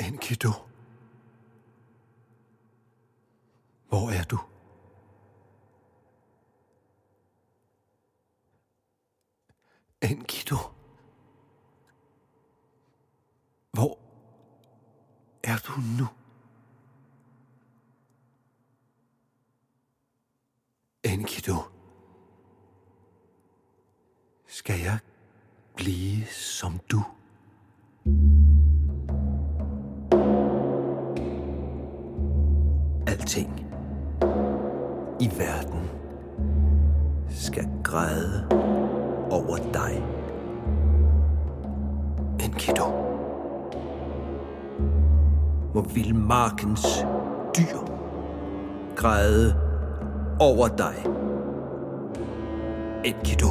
Enkidu, hvor er du? Enkidu, hvor er du nu? Enkidu, skal jeg blive som du? Alting i verden skal græde over dig. Enkidu, må vildmarkens dyr græde over dig. Enkidu,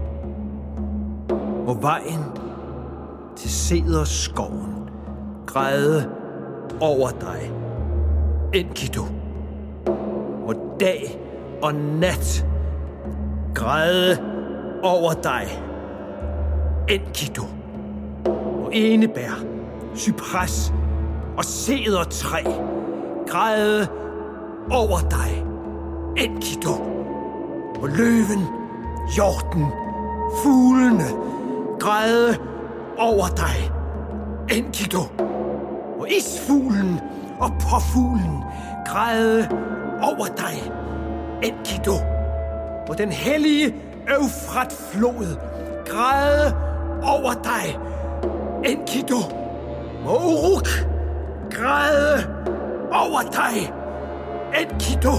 må vejen til Cederskoven græde over dig. Enkidu, må dag og nat græde over dig. Enkidu, må enebær, cypres og cedertræ græde over dig. Enkidu, må løven, hjorten, fuglene græde over dig. Enkidu, må isfuglen og påfuglen græde over dig. Enkidu, må den hellige Eufratflod græde over dig. Enkidu, må Uruk græde over dig. Enkidu,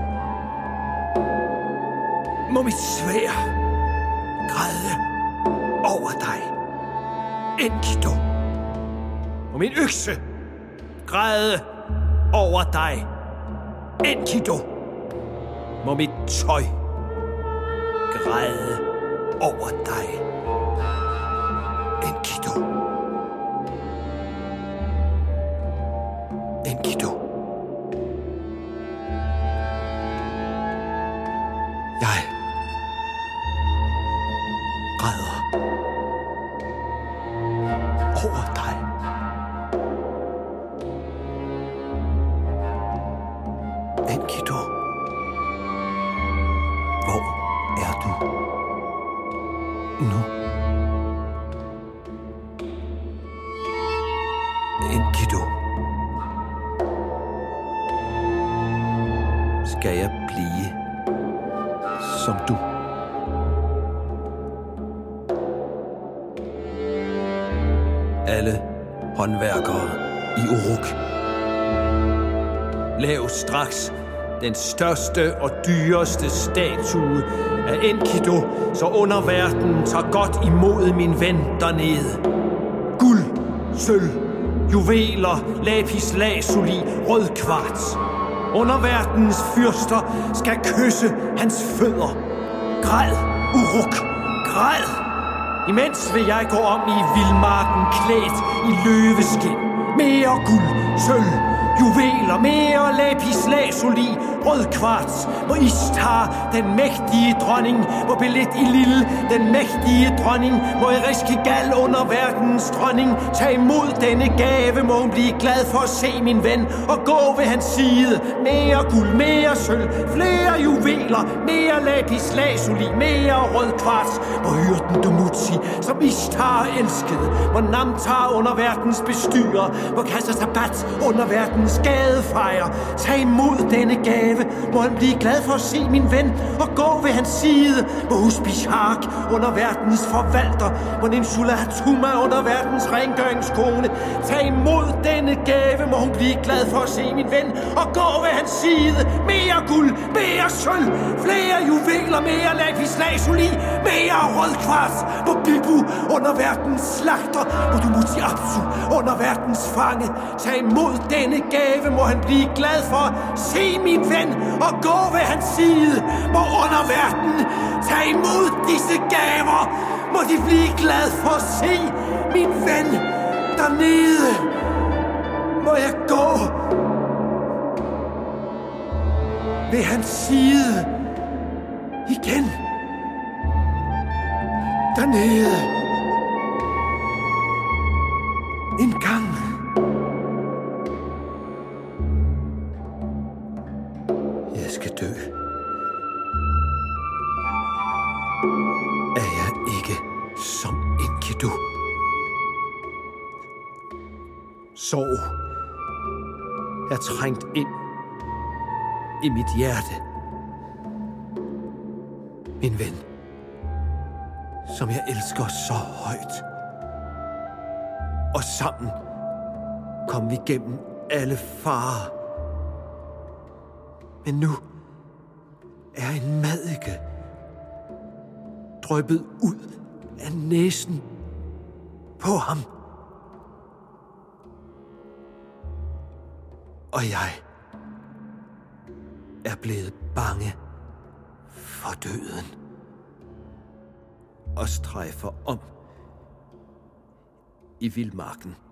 må mit sværd græde over dig. Enkidu, må min økse græde over dig. Enkidu, må mit tøj græde over dig. Enkidu, Enkidu, jeg græder over dig. Enkidu, hvor er du nu? Enkidu, skal jeg blive som du? Alle håndværkere i Uruk, lav straks den største og dyreste statue af Enkidu, så underverdenen tager godt imod min ven dernede. Guld, sølv, juveler, lapis lazuli, rød kvarts. Underverdenens fyrster skal kysse hans fødder. Græd, Uruk, græd! Imens vil jeg gå om i vildmarken klædt i løveskin. Mere guld, sølv, juveler, mere lapis lazuli, rød kvarts. Må Ishtar, den mægtige dronning, må Belit i Lille, den mægtige dronning, må Ereshkigal, underverdenens dronning, tage imod denne gave, må hun blive glad for at se min ven og gå ved hans side. Mere guld, mere sølv, flere juveler, mere lapis lazuli, mere rød kvarts. Må hyrden Dumuzi, som Ishtar elskede, må Namtar, underverdens bestyrer, må Kassasabat, underverdens gadefejer, tage imod denne gave, må han blive glad for at se min ven og gå ved hans side. Må Husbishark, underverdens forvalter, må Ninsula Hatuma, underverdens rengøringskone, tage imod denne gave, må hun blive glad for at se min ven og gå ved hans side. Mere guld, mere sølv, flere juveler, mere lapis lazuli, mere rød kvarts. Må Bibu, underverdens slagter, må Dumuzi Apsu, underverdens fange, tage imod denne gave, må han blive glad for at se min ven og gå ved hans side. Må underverdenen tage imod disse gaver, må de blive glad for at se min ven dernede. Må jeg gå ved hans side igen dernede en gang Sorg er trængt ind i mit hjerte. Min ven, som jeg elsker så højt. Og sammen kom vi gennem alle farer. Men nu er en madike dryppet ud af næsen på ham. Og jeg er blevet bange for døden og strejfer om i vildmarken.